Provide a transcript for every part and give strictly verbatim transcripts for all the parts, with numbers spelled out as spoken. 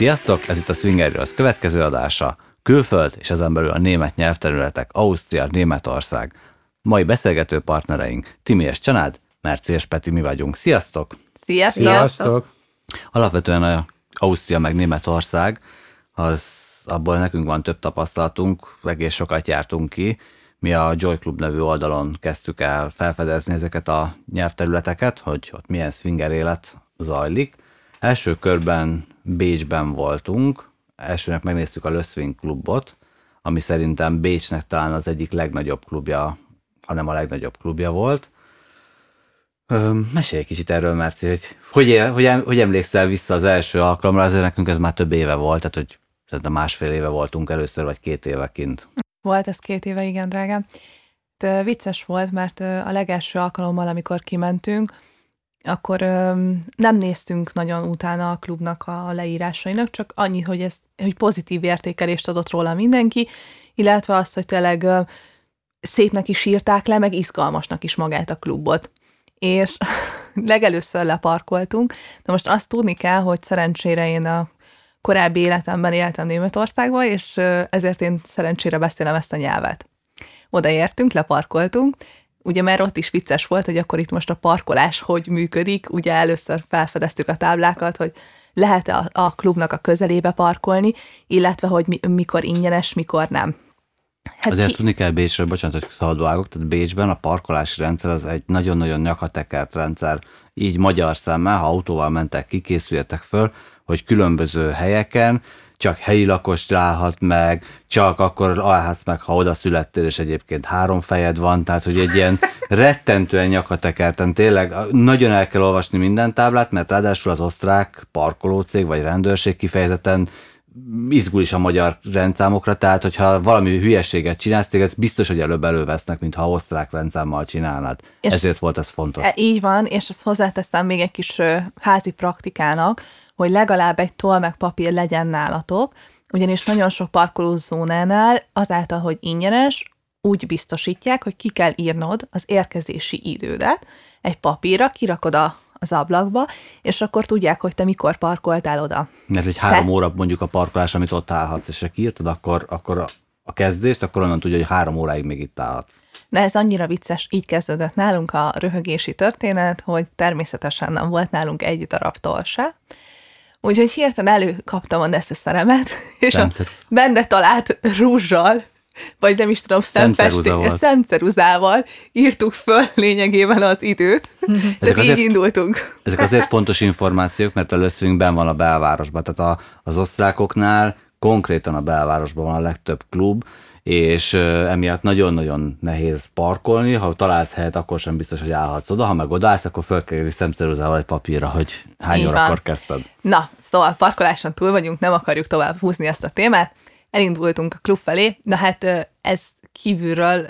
Sziasztok! Ez itt a Swingerről az következő adása. Külföld és ezen belül a német nyelvterületek, Ausztria, Németország. Mai beszélgető partnereink Timi és Csanád, Merci és Peti, mi vagyunk. Sziasztok! Sziasztok! Sziasztok! Alapvetően a Ausztria meg Németország, az abból nekünk van több tapasztalatunk, egész sokat jártunk ki. Mi a Joy Club nevű oldalon kezdtük el felfedezni ezeket a nyelvterületeket, hogy ott milyen swinger élet zajlik. Első körben Bécsben voltunk, elsőnek megnéztük a Le Swing klubot, ami szerintem Bécsnek talán az egyik legnagyobb klubja, hanem a legnagyobb klubja volt. Mesélj egy kicsit erről, Merci, hogy hogy, hogy, hogy emlékszel vissza az első alkalomra, azért nekünk ez már több éve volt, tehát hogy szerintem másfél éve voltunk először, vagy két éve kint. Volt ez két éve, igen, drágám. De vicces volt, mert a legelső alkalommal, amikor kimentünk, akkor öm, nem néztünk nagyon utána a klubnak a leírásainak, csak annyit, hogy, ez, hogy pozitív értékelést adott róla mindenki, illetve azt, hogy tényleg öm, szépnek is írták le, meg izgalmasnak is magát a klubot. És legelőször leparkoltunk, de most azt tudni kell, hogy szerencsére én a korábbi életemben éltem Németországban, és ezért én szerencsére beszélem ezt a nyelvet. Odaértünk, leparkoltunk, ugye mert ott is vicces volt, hogy akkor itt most a parkolás hogy működik, ugye először felfedeztük a táblákat, hogy lehet-e a, a klubnak a közelébe parkolni, illetve hogy mi, mikor ingyenes, mikor nem. Hát Azért ki... tudni kell Bécsről, bocsánat, hogy szabadvágok, tehát Bécsben a parkolási rendszer az egy nagyon-nagyon nyakatekert rendszer, így magyar szemmel, ha autóval mentek ki, készüljetek föl, hogy különböző helyeken csak helyi lakost állhat meg, csak akkor állhatsz meg, ha oda születtél, és egyébként három fejed van, tehát hogy egy ilyen rettentően nyakatekerten, tényleg nagyon el kell olvasni minden táblát, mert ráadásul az osztrák parkolócég vagy rendőrség kifejezetten izgul is a magyar rendszámokra, tehát hogyha valami hülyeséget csinálsz, téged biztos, hogy előbb elővesznek, mintha osztrák rendszámmal csinálnád. És ezért volt ez fontos. Így van, és ezt hozzátesztem még egy kis házi praktikának, hogy legalább egy toll meg papír legyen nálatok, ugyanis nagyon sok parkolózónánál azáltal, hogy ingyenes, úgy biztosítják, hogy ki kell írnod az érkezési idődet egy papírra, kirakod a az ablakba, és akkor tudják, hogy te mikor parkoltál oda. Mert egy három te... óra mondjuk a parkolás, amit ott állhatsz, és ha kiírtad, akkor, akkor a, a kezdést, akkor onnan tudja, hogy három óráig még itt állhatsz. De ez annyira vicces, így kezdődött nálunk a röhögési történet, hogy természetesen nem volt nálunk egy darab toll se. Úgyhogy hirtelen előkaptam a neszeszeremet, és a benne talált rúzsal, vagy nem is tudom, szemceruzával írtuk föl lényegében az időt. Tehát így indultunk. Ezek azért fontos információk, mert a Le Swingben van a belvárosban. Tehát a, az osztrákoknál konkrétan a belvárosban van a legtöbb klub, és emiatt nagyon-nagyon nehéz parkolni. Ha találsz helyet, akkor sem biztos, hogy állhatsz oda. Ha meg odaállsz, akkor föl kell írni szemceruzával egy papírra, hogy hány órakor kezdted. Na, szóval parkoláson túl vagyunk, nem akarjuk tovább húzni ezt a témát. Elindultunk a klub felé, de hát ez kívülről,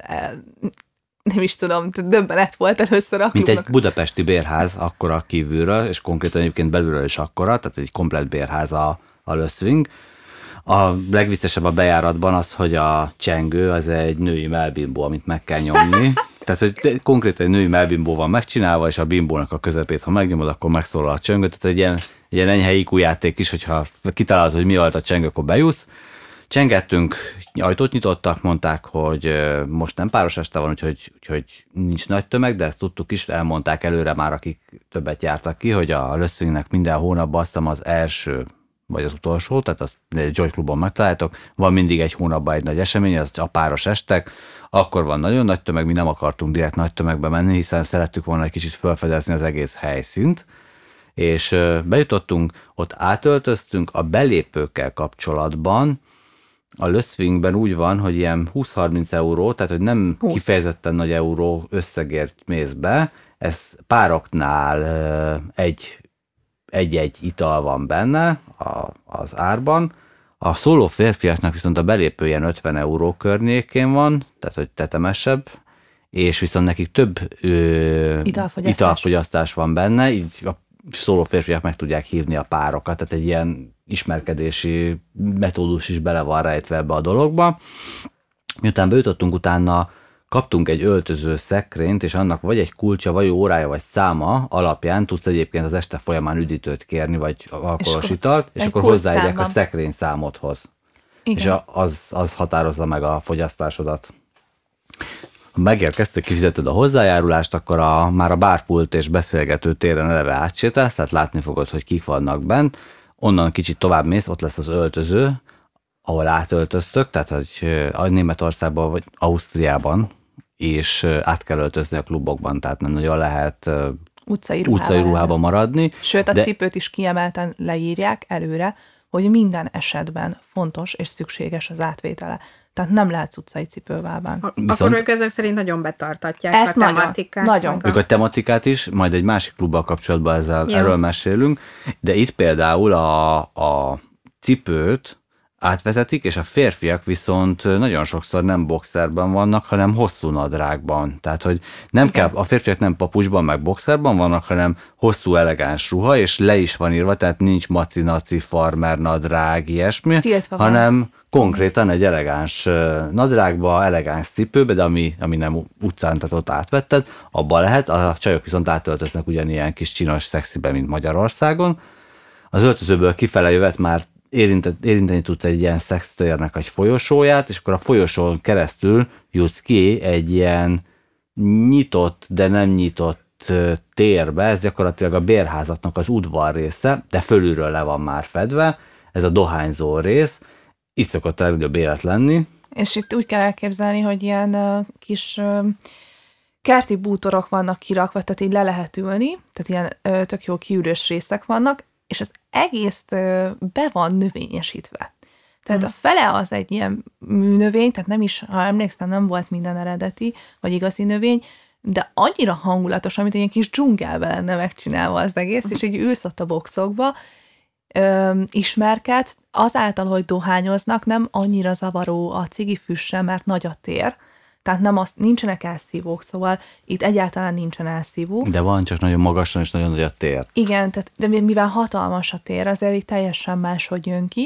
nem is tudom, döbbenet volt először a klubnak. Mint egy budapesti bérház akkora kívülről, és konkrétan egyébként belülről is akkora, tehát egy komplett bérház a, a Le Swing. A legviccesebb a bejáratban az, hogy a csengő az egy női melbimbó, amit meg kell nyomni. Tehát, hogy konkrétan egy női melbimbó van megcsinálva, és a bimbónak a közepét, ha megnyomod, akkor megszólal a csengő. Tehát egy ilyen, egy ilyen enyhe í kú játék is, hogyha kitalálod, hogy mi volt a csengő, akkor bejutsz. Csengettünk, ajtót nyitottak, mondták, hogy most nem páros este van, úgyhogy, úgyhogy nincs nagy tömeg, de ezt tudtuk is, elmondták előre már, akik többet jártak ki, hogy a Le Swingnek minden hónapban azt hiszem az első vagy az utolsó, tehát azt Joy Clubon megtaláltok, van mindig egy hónapban egy nagy esemény, az a páros estek, akkor van nagyon nagy tömeg, mi nem akartunk direkt nagy tömegbe menni, hiszen szerettük volna egy kicsit felfedezni az egész helyszínt, és bejutottunk, ott átöltöztünk, a belépőkkel kapcsolatban a Le Swingben úgy van, hogy ilyen húsz-harminc euró, tehát hogy nem húsz kifejezetten nagy euró összegért mész be, ez pároknál egy, egy-egy ital van benne a, az árban, a szóló férfiaknak viszont a belépő ilyen ötven euró környékén van, tehát hogy tetemesebb, és viszont nekik több ö, italfogyasztás. italfogyasztás van benne, így a szóló férfiak meg tudják hívni a párokat, tehát egy ilyen ismerkedési metódus is bele van rejtve ebbe a dologba. Miután bejutottunk, utána kaptunk egy öltöző szekrényt, és annak vagy egy kulcsa, vagy órája, vagy száma alapján tudsz egyébként az este folyamán üdítőt kérni, vagy alkoholos italt, és akkor hozzáírják a szekrény számodhoz. Igen. És az, az határozza meg a fogyasztásodat. Ha megérkeztek, kifizeted a hozzájárulást, akkor a, már a bárpult és beszélgető téren eleve átsétálsz, tehát látni fogod, hogy kik vannak bent. Onnan kicsit tovább mész, ott lesz az öltöző, ahol átöltöztök, tehát hogy a Németországban vagy Ausztriában, és át kell öltözni a klubokban, tehát nem nagyon lehet utcai ruhában, utcai ruhában maradni. Sőt, a de... cipőt is kiemelten leírják előre, hogy minden esetben fontos és szükséges az átvétele. Tehát nem lehetsz utcai cipővában. Viszont akkor ők ezek szerint nagyon betartatják ezt a tematikát. Nagyon. Ők a tematikát is, majd egy másik klubbal kapcsolatban ezzel, erről mesélünk, de itt például a, a cipőt átvezetik, és a férfiak viszont nagyon sokszor nem boxerben vannak, hanem hosszú nadrágban. Tehát, hogy nem kell, a férfiak nem papucsban, meg boxerban vannak, hanem hosszú, elegáns ruha, és le is van írva, tehát nincs maci-naci, farmer nadrág, ilyesmi, Tiltva hanem van. Konkrétan egy elegáns nadrágba, elegáns cipőbe, de ami, ami nem utcán, tehát ott átvetted, abban lehet, a csajok viszont átöltöznek ugyanilyen kis csinos szexibe, mint Magyarországon. Az öltözőből kifele jövet már érinteni tudsz egy ilyen szextérnek egy folyosóját, és akkor a folyosón keresztül jutsz ki egy ilyen nyitott, de nem nyitott térbe, ez gyakorlatilag a bérházatnak az udvar része, de fölülről le van már fedve, ez a dohányzó rész, itt szokott a legnagyobb élet lenni. És itt úgy kell elképzelni, hogy ilyen uh, kis uh, kerti bútorok vannak kirakva, tehát így le lehet ülni, tehát ilyen uh, tök jó kiürős részek vannak, és az egész uh, be van növényesítve. Tehát mm. a fele az egy ilyen műnövény, tehát nem is, ha emlékszem, nem volt minden eredeti, vagy igazi növény, de annyira hangulatos, amit egy ilyen kis dzsungelbe lenne megcsinálva az egész, és így ülsz ott a boxokba, Ö, ismerkedsz, azáltal, hogy dohányoznak, nem annyira zavaró a cigifüsse, mert nagy a tér, tehát nem az, nincsenek elszívók, szóval itt egyáltalán nincsen elszívó. De van, csak nagyon magasan és nagyon nagy a tér. Igen, tehát, de mivel hatalmas a tér, azért itt teljesen máshogy jön ki,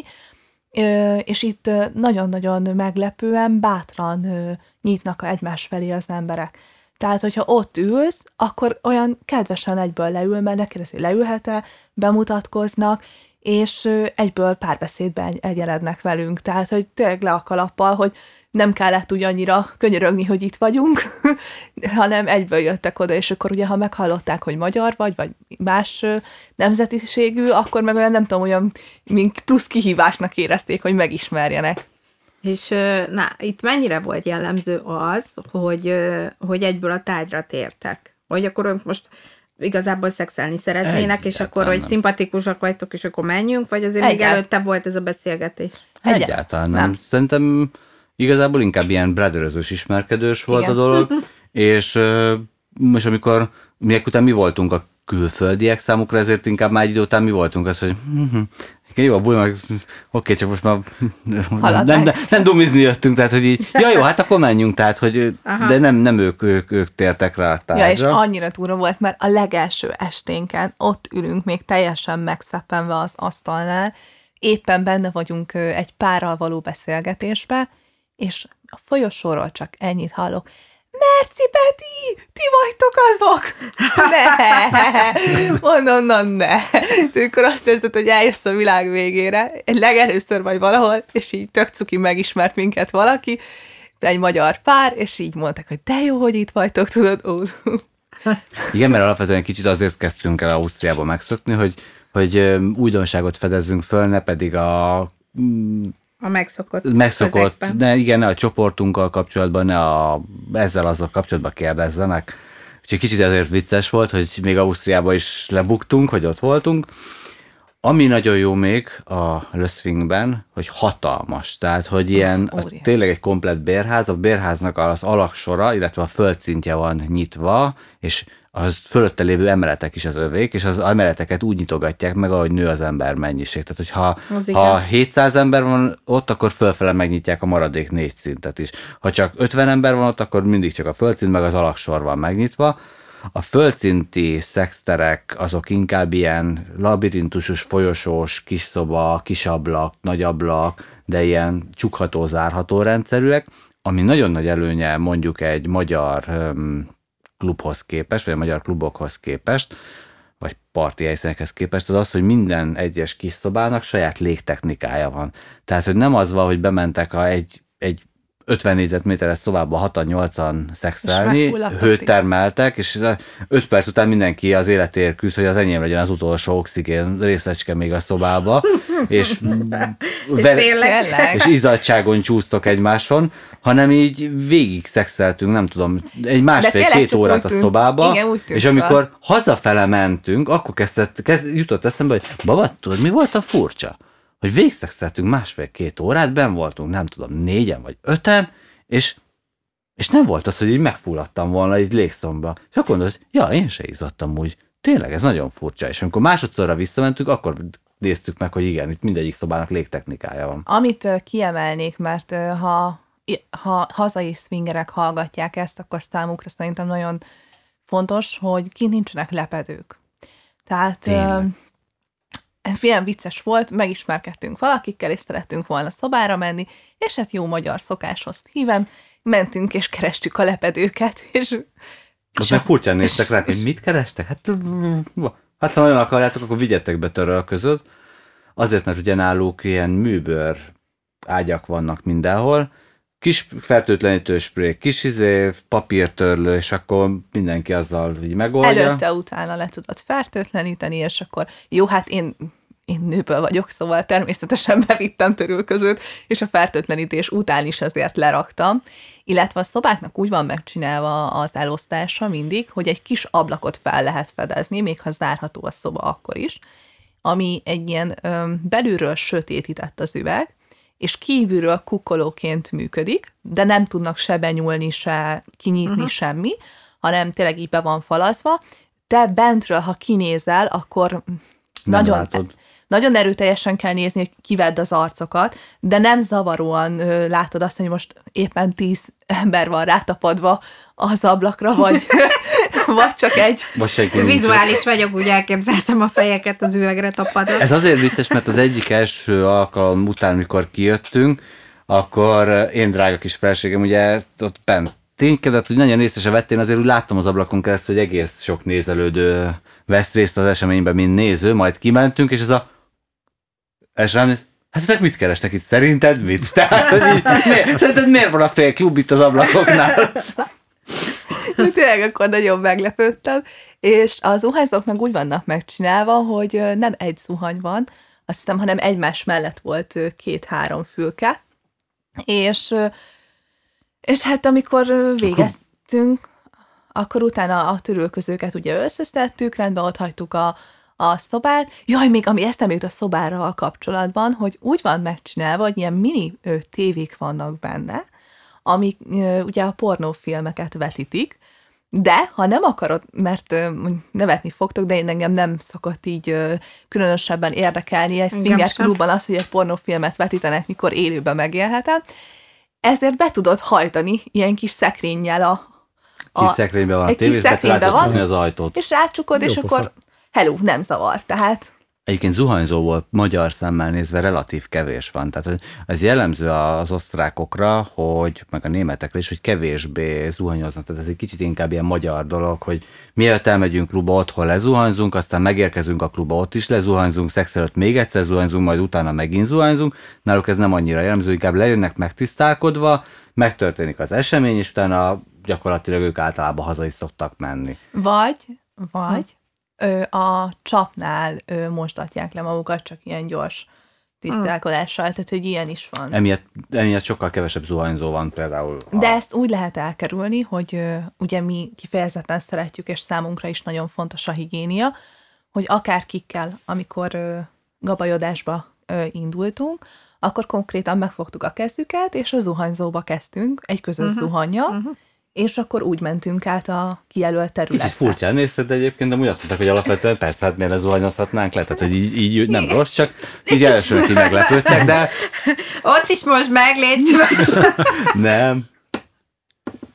ö, és itt nagyon-nagyon meglepően, bátran ö, nyitnak egymás felé az emberek. Tehát, hogyha ott ülsz, akkor olyan kedvesen egyből leül, mert neked leülhet-e, bemutatkoznak, és egyből párbeszédbe egyenednek velünk. Tehát, hogy tényleg le a kalappal, hogy nem kellett úgy annyira könyörögni, hogy itt vagyunk, hanem egyből jöttek oda, és akkor ugye, ha meghallották, hogy magyar vagy, vagy más nemzetiségű, akkor meg olyan, nem tudom, olyan mint plusz kihívásnak érezték, hogy megismerjenek. És na, itt mennyire volt jellemző az, hogy, hogy egyből a tárgyra tértek? Hogy akkor ők most igazából szexelni szeretnének, Egyáltalán és akkor, hogy nem. Szimpatikusak vagytok, és akkor menjünk, vagy azért Egyáltalán. még előtte volt ez a beszélgetés? Egyáltalán, Egyáltalán nem. nem. Szerintem igazából inkább ilyen brotherözős ismerkedős volt Igen. a dolog, és most amikor miek után mi voltunk a külföldiek számukra, ezért inkább már egy idő után mi voltunk az, hogy jó, a buli, meg oké, csak most már nem, nem, nem dumizni jöttünk, tehát, hogy így, ja jó, hát akkor menjünk, tehát, hogy, de nem, nem ők, ők, ők tértek rá a tárgyra. Ja, és annyira túra volt, mert a legelső esténken ott ülünk még teljesen megszeppenve az asztalnál, éppen benne vagyunk egy párral való beszélgetésbe, és a folyosóról csak ennyit hallok. Merci, Peti! Ti vagytok azok! Ne! Mondom, na ne! Akkor azt érzed, hogy eljössz a világ végére, egy legelőször vagy valahol, és így tök cuki megismert minket valaki, egy magyar pár, és így mondták, hogy de jó, hogy itt vagytok, tudod, ó. Igen, mert alapvetően kicsit azért kezdtünk el Ausztriába megszokni, hogy, hogy újdonságot fedezzünk föl, ne pedig a A megszokott. Megszokott, ne, igen, ne a csoportunkkal kapcsolatban, ne a, ezzel azok kapcsolatban kérdezzenek. Úgyhogy kicsit azért vicces volt, hogy még Ausztriába is lebuktunk, hogy ott voltunk. Ami nagyon jó még a Löszvingben, hogy hatalmas, tehát hogy ilyen oh, tényleg egy komplett bérház, a bérháznak az alaksora, illetve a földszintje van nyitva, és az fölötte lévő emeletek is az övék, és az emeleteket úgy nyitogatják meg, ahogy nő az ember mennyiség. Tehát, hogyha ha hétszáz ember van ott, akkor fölfele megnyitják a maradék négy szintet is. Ha csak ötven ember van ott, akkor mindig csak a földszint, meg az alaksor van megnyitva. A földszinti szexterek azok inkább ilyen labirintusos, folyosós, kis szoba, kis ablak, nagy ablak, de ilyen csukható, zárható rendszerűek. ami nagyon nagy előnye mondjuk egy magyar um, klubhoz képest, vagy a magyar klubokhoz képest, vagy parti helyszínekhez képest, az az, hogy minden egyes kis szobának saját légtechnikája van. Tehát, hogy nem az van, hogy bementek a egy, egy ötven négyzetméteres szobába hatan-nyolcan szexelni, hőt termeltek, és öt perc után mindenki az életéért küzd, hogy az enyém legyen az utolsó oxigén részecske még a szobába, és, ver- és izzadtságon csúsztok egymáson, hanem így végig szexeltünk, nem tudom, egy másfél-két órát a szobába, igen, és amikor hazafele mentünk, akkor kezdett, kezd, jutott eszembe, hogy baba, tudod, mi volt a furcsa? Hogy végigszexeltünk másfél-két órát, benn voltunk, nem tudom, négyen vagy öten, és, és nem volt az, hogy így megfulladtam volna egy légszomba. És akkor mondod, hogy ja, én se izzadtam úgy. Tényleg, ez nagyon furcsa. És amikor másodszorra visszamentünk, akkor néztük meg, hogy igen, itt mindegyik szobának légtechnikája van. Amit kiemelnék, mert ha, ha hazai swingerek hallgatják ezt, akkor számukra szerintem nagyon fontos, hogy kint nincsenek lepedők. Tehát... Tényleg. Milyen vicces volt, megismerkedtünk valakikkel, és szerettünk volna szobára menni, és hát jó magyar szokáshoz híven, mentünk és kerestük a lepedőket, és... Most meg furcsán néztek rá, hogy mit kerestek? Hát, hát ha nagyon akarjátok, akkor vigyetek be törölközöt. Azért, mert ugye náluk ilyen műbőr ágyak vannak mindenhol, kis fertőtlenítő spré, kis izé, papírtörlő, és akkor mindenki azzal így megoldja. Előtte, utána le tudod fertőtleníteni, és akkor jó, hát én, én nőből vagyok, szóval természetesen bevittem törülközőt, és a fertőtlenítés után is azért leraktam. Illetve a szobáknak úgy van megcsinálva az elosztása mindig, hogy egy kis ablakot fel lehet fedezni, még ha zárható a szoba akkor is, ami egy ilyen öm, belülről sötétített az üveg, és kívülről kukkolóként működik, de nem tudnak se benyúlni, se kinyitni uh-huh. semmi, hanem tényleg így be van falazva. Te bentről, ha kinézel, akkor nagyon, nagyon erőteljesen kell nézni, hogy kivedd az arcokat, de nem zavaróan ö, látod azt, hogy most éppen tíz ember van rátapadva az ablakra, vagy, vagy csak egy... Vizuális vagyok, úgy elképzeltem a fejeket az üvegre tapadva. Ez azért vicces, mert az egyik első alkalom után, mikor kijöttünk, akkor én, drága kis felségem, ugye ott bent ténykedett, hogy nagyon észre se vettél, azért úgy láttam az ablakon keresztül, hogy egész sok nézelődő vesz részt az eseményben, mint néző, majd kimentünk, és ez a... És rám néz, hát ezek mit keresnek itt? Szerinted mit? Tehát, hogy így, miért, szerinted miért van a fél klub itt az ablakoknál? Tényleg akkor nagyon meglepődtem, és a zuhanyzók meg úgy vannak megcsinálva, hogy nem egy zuhany van, azt hiszem, hanem egymás mellett volt két-három fülke, és, és hát amikor végeztünk, akkor utána a törülközőket ugye összeszedtük, rendben ott hagytuk a, a szobát. Jaj, még ami eszembe jut a szobára a kapcsolatban, hogy úgy van megcsinálva, hogy ilyen mini ö, tévék vannak benne, amik ö, ugye a pornófilmeket vetítik, de ha nem akarod, mert ö, nevetni fogtok, de én engem nem szokott így ö, különösebben érdekelni egy swinger klubban az, hogy egy pornófilmet vetítenek, mikor élőben megélhetem, ezért be tudod hajtani ilyen kis szekrényjel a Kis szekrényben van a tévés, be lehet csukni az ajtót. És rácsukod, és pofa. Akkor hello, nem zavar, tehát... Egyébként zuhanyzóból magyar szemmel nézve relatív kevés van. Tehát ez jellemző az osztrákokra, hogy, meg a németekre is, hogy kevésbé zuhanyoznak. Tehát ez egy kicsit inkább ilyen magyar dolog, hogy mielőtt elmegyünk klubba, otthon lezuhanyzunk, aztán megérkezünk a klubba, ott is lezuhanyzunk, szex előtt még egyszer zuhanyzunk, majd utána megint zuhanyzunk. Náluk ez nem annyira jellemző, inkább lejönnek megtisztálkodva, megtörténik az esemény, és utána gyakorlatilag ők általában haza is szoktak menni. Vagy, vagy ö, a csapnál ö, mosdatják le magukat, csak ilyen gyors tisztálkodással, tehát hogy ilyen is van. Emiatt, emiatt sokkal kevesebb zuhanyzó van például. A... De ezt úgy lehet elkerülni, hogy ö, ugye mi kifejezetten szeretjük, és számunkra is nagyon fontos a higiénia, hogy akár kikkel, amikor ö, gabajodásba ö, indultunk, akkor konkrétan megfogtuk a kezüket, és a zuhanyzóba kezdtünk, egy közös uh-huh. zuhannyal, uh-huh. és akkor úgy mentünk át a kijelölt területre. Kicsit furcsán nézted, de egyébként, de úgy azt mondták, hogy alapvetően persze, hát miért ne zuhanyozhatnánk le, tehát hogy így, így nem rossz, csak így elsőn ki meglepődtek, de... Ott is most meglégy. Nem.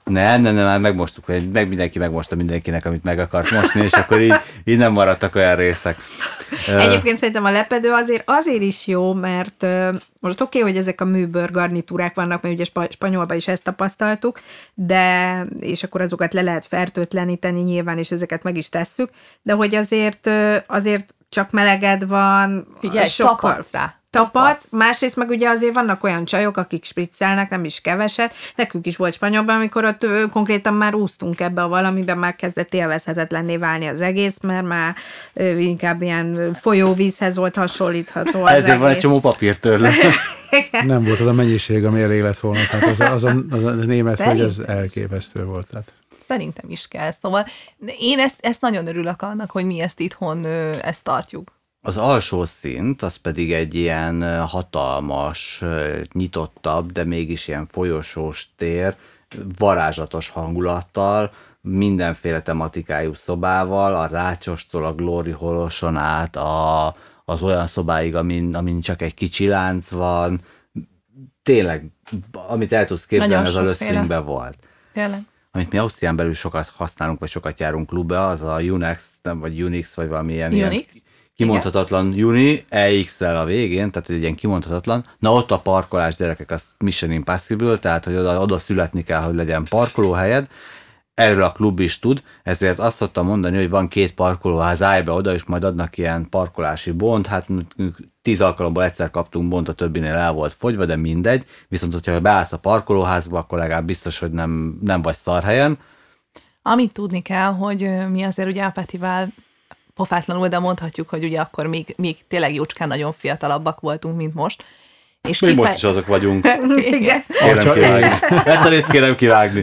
Nem, nem, nem, már megmostuk, meg mindenki megmosta mindenkinek, amit meg akart mosni, és akkor így, így nem maradtak olyan részek. Egyébként szerintem a lepedő azért azért is jó, mert most oké, okay, hogy ezek a műbőr garnitúrák vannak, mert ugye spanyolban is ezt tapasztaltuk, de és akkor azokat le lehet fertőtleníteni nyilván, és ezeket meg is tesszük, de hogy azért, azért csak meleged van. Figyelj, sokkal... tapadsz rá. Tapadsz, másrészt meg ugye azért vannak olyan csajok, akik spriccelnek, nem is keveset. Nekünk is volt Spanyolban, amikor ott ö, konkrétan már úsztunk ebbe a valamiben, már kezdett élvezhetetlenné válni az egész, mert már ö, inkább ilyen folyóvízhez volt hasonlítható az Ezért egész. van egy csomó papírtörlő. Nem volt az a mennyiség, ami elég lett volna. Tehát az, az, a, az a német, Szerintem hogy ez elképesztő volt. Tehát. Szerintem is kell. Szóval én ezt, ezt nagyon örülök annak, hogy mi ezt itthon ö, ezt tartjuk. Az alsó szint, az pedig egy ilyen hatalmas, nyitottabb, de mégis ilyen folyosós tér, varázslatos hangulattal, mindenféle tematikájú szobával, a Rácsostól a Glory Holoson át a, az olyan szobáig, amin, amin csak egy kicsi lánc van. Tényleg, amit el tudsz képzelni, az a Löszvingben volt. Tényleg. Amit mi Ausztrián belül sokat használunk, vagy sokat járunk klubba, az a Unex, vagy Unix, vagy valamilyen Unix. ilyen kimondhatatlan Uni, E X-el a végén, tehát egy ilyen kimondhatatlan. Na ott a parkolás, gyerekek, az Mission Impossible, tehát hogy oda, oda születni kell, hogy legyen parkolóhelyed. Erről a klub is tud, ezért azt szoktam mondani, hogy van két parkolóház, állj be oda, és majd adnak ilyen parkolási bont, hát tíz alkalomból egyszer kaptunk bont, a többinél el volt fogyva, de mindegy. Viszont, hogyha beállsz a parkolóházba, akkor legalább biztos, hogy nem, nem vagy szarhelyen. Amit tudni kell, hogy mi azért ugye a Petivel pofátlanul, de mondhatjuk, hogy ugye akkor még, még tényleg jócskán nagyon fiatalabbak voltunk, mint most. És mi kifej... most is azok vagyunk. Igen. Kérem kivágni. Ezt a részt kérem kivágni.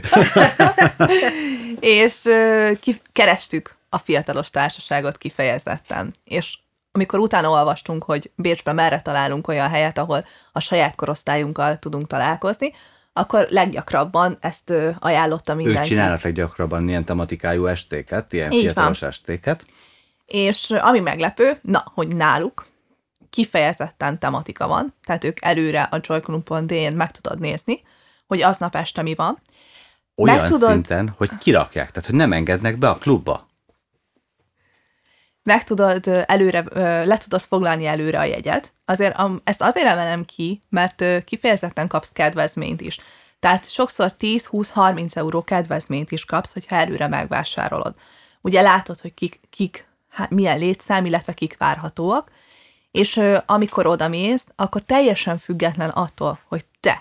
És uh, ki- kerestük a fiatalos társaságot kifejezetten. És amikor utána olvastunk, hogy Bécsben merre találunk olyan helyet, ahol a saját korosztályunkkal tudunk találkozni, akkor leggyakrabban ezt uh, ajánlotta mindenki. Ők csinálnak leggyakrabban ilyen tematikájú estéket, ilyen Így fiatalos van. estéket. És ami meglepő, na, hogy náluk kifejezetten tematika van, tehát ők előre a joyclub pont d-n meg tudod nézni, hogy aznap este mi van. Olyan meg tudod, szinten, hogy kirakják, tehát hogy nem engednek be a klubba. Meg tudod előre, le tudod foglalni előre a jegyet. Azért, ezt azért emelem ki, mert kifejezetten kapsz kedvezményt is. Tehát sokszor tíz, húsz, harminc euró kedvezményt is kapsz, hogyha előre megvásárolod. Ugye látod, hogy kik, kik hát milyen létszám, illetve kik várhatóak, és ö, amikor odamész, akkor teljesen független attól, hogy te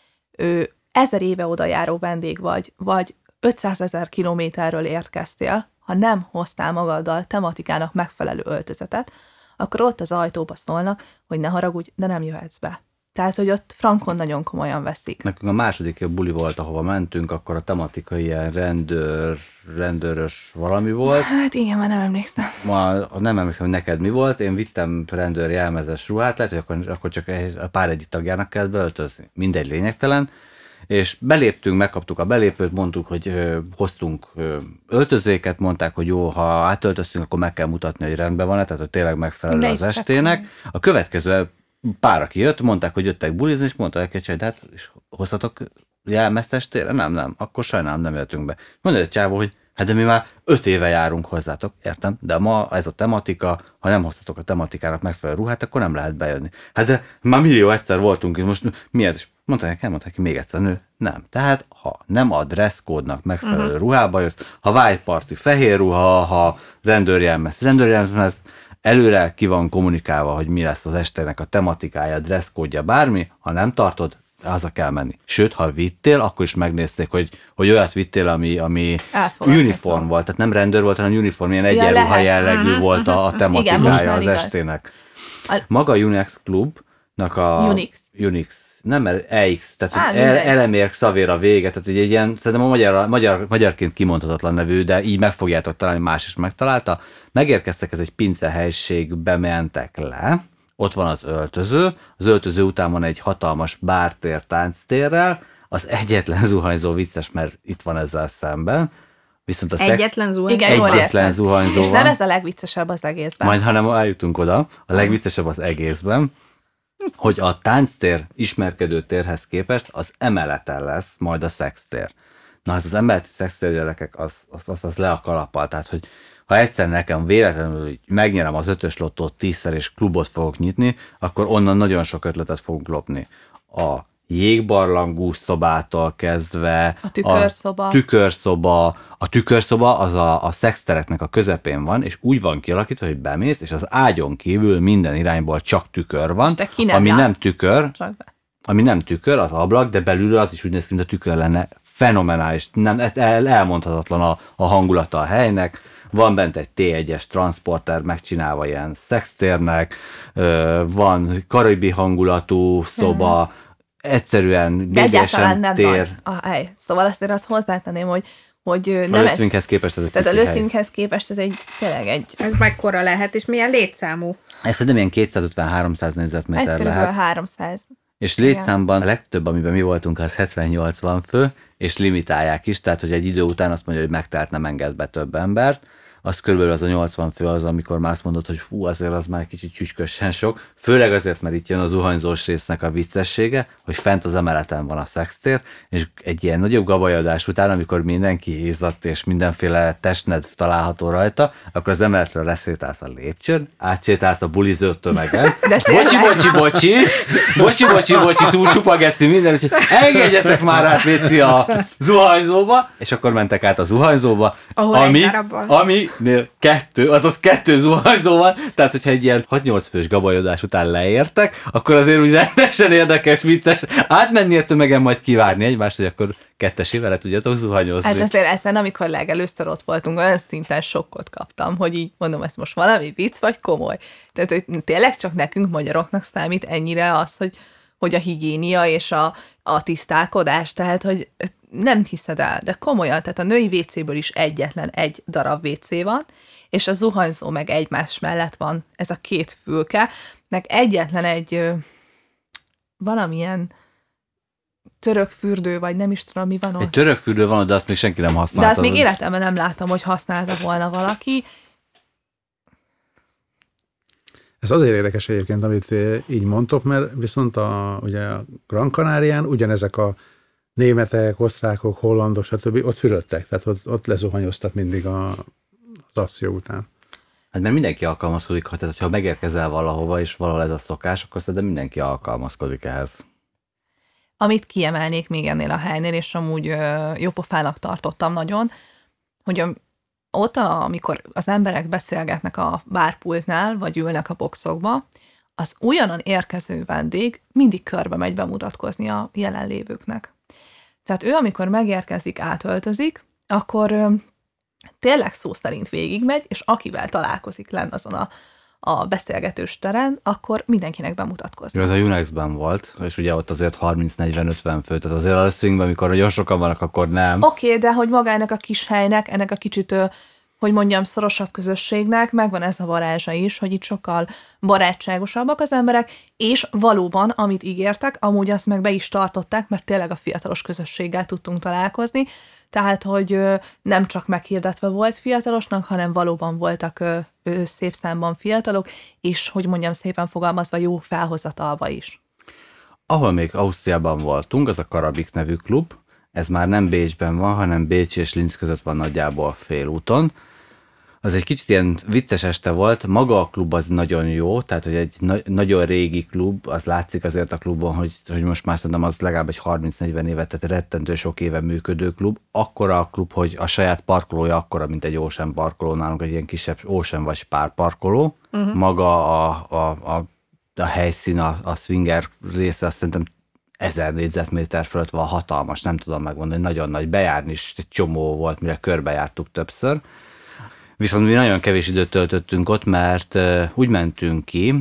ö, ezer éve odajáró vendég vagy, vagy ötszázezer kilométerről érkeztél, ha nem hoztál magaddal tematikának megfelelő öltözetet, akkor ott az ajtóba szólnak, hogy ne haragudj, de nem jöhetsz be. Tehát, hogy ott frankon nagyon komolyan veszik. Nekünk a második buli volt, ahova mentünk, akkor a tematika ilyen rendőr, rendőrös valami volt. Hát igen, már nem emlékszem. Ma nem emlékszem, hogy neked mi volt. Én vittem rendőr jelmezes ruhát, lehet, hogy akkor, akkor csak a pár egyik tagjának kellett beöltözni. Mindegy, lényegtelen. És beléptünk, megkaptuk a belépőt, mondtuk, hogy ö, hoztunk ö, öltözéket, mondták, hogy jó, ha átöltöztünk, akkor meg kell mutatni, hogy rendben van, tehát hogy tényleg megfelelő De az estének. A következő pár, aki jött, mondták, hogy jöttek bulizni, és mondta neki, hogy hát és hoztatok jelmezt estére? Nem, nem, akkor sajnálom, nem jöttünk be. Mondja egy csávó, hogy hát de mi már öt éve járunk hozzátok, értem, de ma ez a tematika, ha nem hoztatok a tematikának megfelelő ruhát, akkor nem lehet bejönni. Hát de már millió egyszer voltunk, és most mi ez is? Mondta neki, mondta neki még egyszer, nő, nem. Tehát ha nem a dresszkódnak megfelelő uh-huh. ruhába jössz, ha white party fehér ruha, ha rendőrjelmez, rendőrjelmez, előre ki van kommunikálva, hogy mi lesz az estének a tematikája, a dresszkódja, bármi, ha nem tartod, haza kell menni. Sőt, ha vittél, akkor is megnézték, hogy, hogy olyat vittél, ami, ami uniform volt, tehát nem rendőr volt, hanem uniform, ilyen ja, egyenruha jellegű uh-huh. volt a, a tematikája igen, az igaz. Estének. A... Maga a Unix klubnak a... Unix. Unix. Nem, mert E X, tehát Á, el, elemér szavér a vége, tehát ugye egy ilyen, szerintem a magyar, magyar, magyarként kimondhatatlan nevű, de így meg fogjátok találni, más is megtalálta. Megérkeztek, ez egy pincehelyiségbe mentek le, ott van az öltöző, az öltöző után van egy hatalmas bártér tánctérrel, az egyetlen zuhanyzó vicces, mert itt van ezzel szemben, viszont a egyetlen szex... zuhanyzó. Igen, egyetlen zuhanyzó és van. nem ez a legviccesebb az egészben. Majd, hanem eljutunk oda, a legviccesebb az egészben, hogy a tánctér ismerkedő térhez képest az emeleten lesz majd a szextér. Na hát az emberi szextér gyerekek, az, az, az, az le a kalappal, tehát hogy ha egyszer nekem véletlenül megnyerem az ötös lottót tízszer és klubot fogok nyitni, akkor onnan nagyon sok ötletet fogunk lopni. A jégbarlangú szobától kezdve, a tükörszoba. A tükörszoba, a tükörszoba az a, a szextereknek a közepén van, és úgy van kialakítva, hogy bemész, és az ágyon kívül minden irányból csak tükör van, nem ami nem tükör, ami nem tükör, az ablak, de belülről az is úgy néz ki, mint a tükör lenne. Fenomenális, nem, el, elmondhatatlan a, a hangulata a helynek. Van bent egy té egyes transporter megcsinálva ilyen szextérnek, van karibi hangulatú szoba, hmm. egyszerűen egyáltalán nem tér. Nagy a hely. Szóval azt azt hozzátenném, hogy hogy a nem löszvinghez képest ez egy tehát a löszvinghez képest ez egy tényleg egy... Ez mekkora lehet, és milyen létszámú? Ez szerintem ilyen kétszázötven-háromszáz négyzetméter lehet. Ez körülbelül háromszáz. És létszámban a legtöbb, amiben mi voltunk, az hetven-nyolcvan fő, és limitálják is, tehát hogy egy idő után azt mondja, hogy megtelt, nem enged be több embert. Az körülbelül az a nyolcvan fő az, amikor már azt mondod, hogy fú, azért az már kicsit csücskösen sok. Főleg azért, mert itt jön az zuhanyzós résznek a viccessége, hogy fent az emeleten van a szextér, és egy ilyen nagyobb gabajodás után, amikor mindenki hízadt, és mindenféle testnedv található rajta, akkor az emeletről leszétálsz a lépcsőn, átsétálsz a bulizó tömegen. Bocsi, bocsi, bocsi, bocsi, bocsi, bocsi, túl csupagetszi minden, úgyhogy engedjetek már át, létszi a zuhanyzóba, és akkor mentek át a zuhanyzóba, ahol ami, ami kettő, azaz kettő zuhanyzó van, tehát hogyha egy ilyen hat-nyolc fős gabajodás után leértek, akkor azért úgy rendesen érdekes, vicces átmenni a tömegen, majd kivárni egymást, hogy akkor kettesével le tudjatok zuhanyozni. Hát azért aztán, amikor legelőször ott voltunk, olyan szinten sokkot kaptam, hogy így mondom, ez most valami vicc, vagy komoly. Tehát, hogy tényleg csak nekünk magyaroknak számít ennyire az, hogy, hogy a higiénia és a, a tisztálkodás, tehát, hogy nem hiszed el, de komolyan, tehát a női vécéből is egyetlen egy darab vécé van, és a zuhanyzó meg egymás mellett van, ez a két fülke, meg egyetlen egy ö, valamilyen török fürdő, vagy nem is tudom, mi van ott. Egy török fürdő van, de azt még senki nem használta. De azt még életemben nem láttam, hogy használta volna valaki. Ez azért érdekes egyébként, amit így mondtok, mert viszont a, ugye a Gran Canarián ugyanezek a németek, osztrákok, hollandok, stb. Ott fürödtek, tehát ott, ott lezuhanyoztak mindig a, az akció után. Hát mert mindenki alkalmazkodik, ha, tehát ha megérkezel valahova, és valahol ez a szokás, akkor szerintem mindenki alkalmazkodik ehhez. Amit kiemelnék még ennél a helynél, és amúgy ö, jópofának tartottam nagyon, hogy ott, amikor az emberek beszélgetnek a bárpultnál, vagy ülnek a boxokba, az ugyanan érkező vendég mindig körbe megy bemutatkozni a jelenlévőknek. Tehát ő, amikor megérkezik, átöltözik, akkor ö, tényleg szó szerint végigmegy, és akivel találkozik lenn azon a, a beszélgetős teren, akkor mindenkinek bemutatkozik. Ez a Unexben volt, és ugye ott azért harminc-negyven-ötven fő, tehát azért a szünkben, amikor nagyon sokan vannak, akkor nem. Oké, okay, de hogy magának a kis helynek, ennek a kicsit, hogy mondjam, szorosabb közösségnek megvan ez a varázsa is, hogy itt sokkal barátságosabbak az emberek, és valóban, amit ígértek, amúgy azt meg be is tartották, mert tényleg a fiatalos közösséggel tudtunk találkozni, tehát, hogy nem csak meghirdetve volt fiatalosnak, hanem valóban voltak szép számban fiatalok, és, hogy mondjam, szépen fogalmazva, jó felhozatalba is. Ahol még Ausztriában voltunk, az a Karabik nevű klub, ez már nem Bécsben van, hanem Bécs és Linz között van nagyjából félúton. Az egy kicsit ilyen vicces este volt, maga a klub az nagyon jó, tehát hogy egy na- nagyon régi klub, az látszik azért a klubon, hogy, hogy most már szerintem az legalább egy harminc-negyven évet, tehát rettentő sok éve működő klub. Akkora a klub, hogy a saját parkolója akkora, mint egy Ocean parkoló, nálunk egy ilyen kisebb Ocean vagy Spar parkoló. Uh-huh. Maga a, a, a, a helyszín, a, a swinger része, azt szerintem ezer négyzetméter fölött van, hatalmas, nem tudom megmondani, nagyon nagy, bejárni is egy csomó volt, mire körbejártuk többször. Viszont mi nagyon kevés időt töltöttünk ott, mert uh, úgy mentünk ki,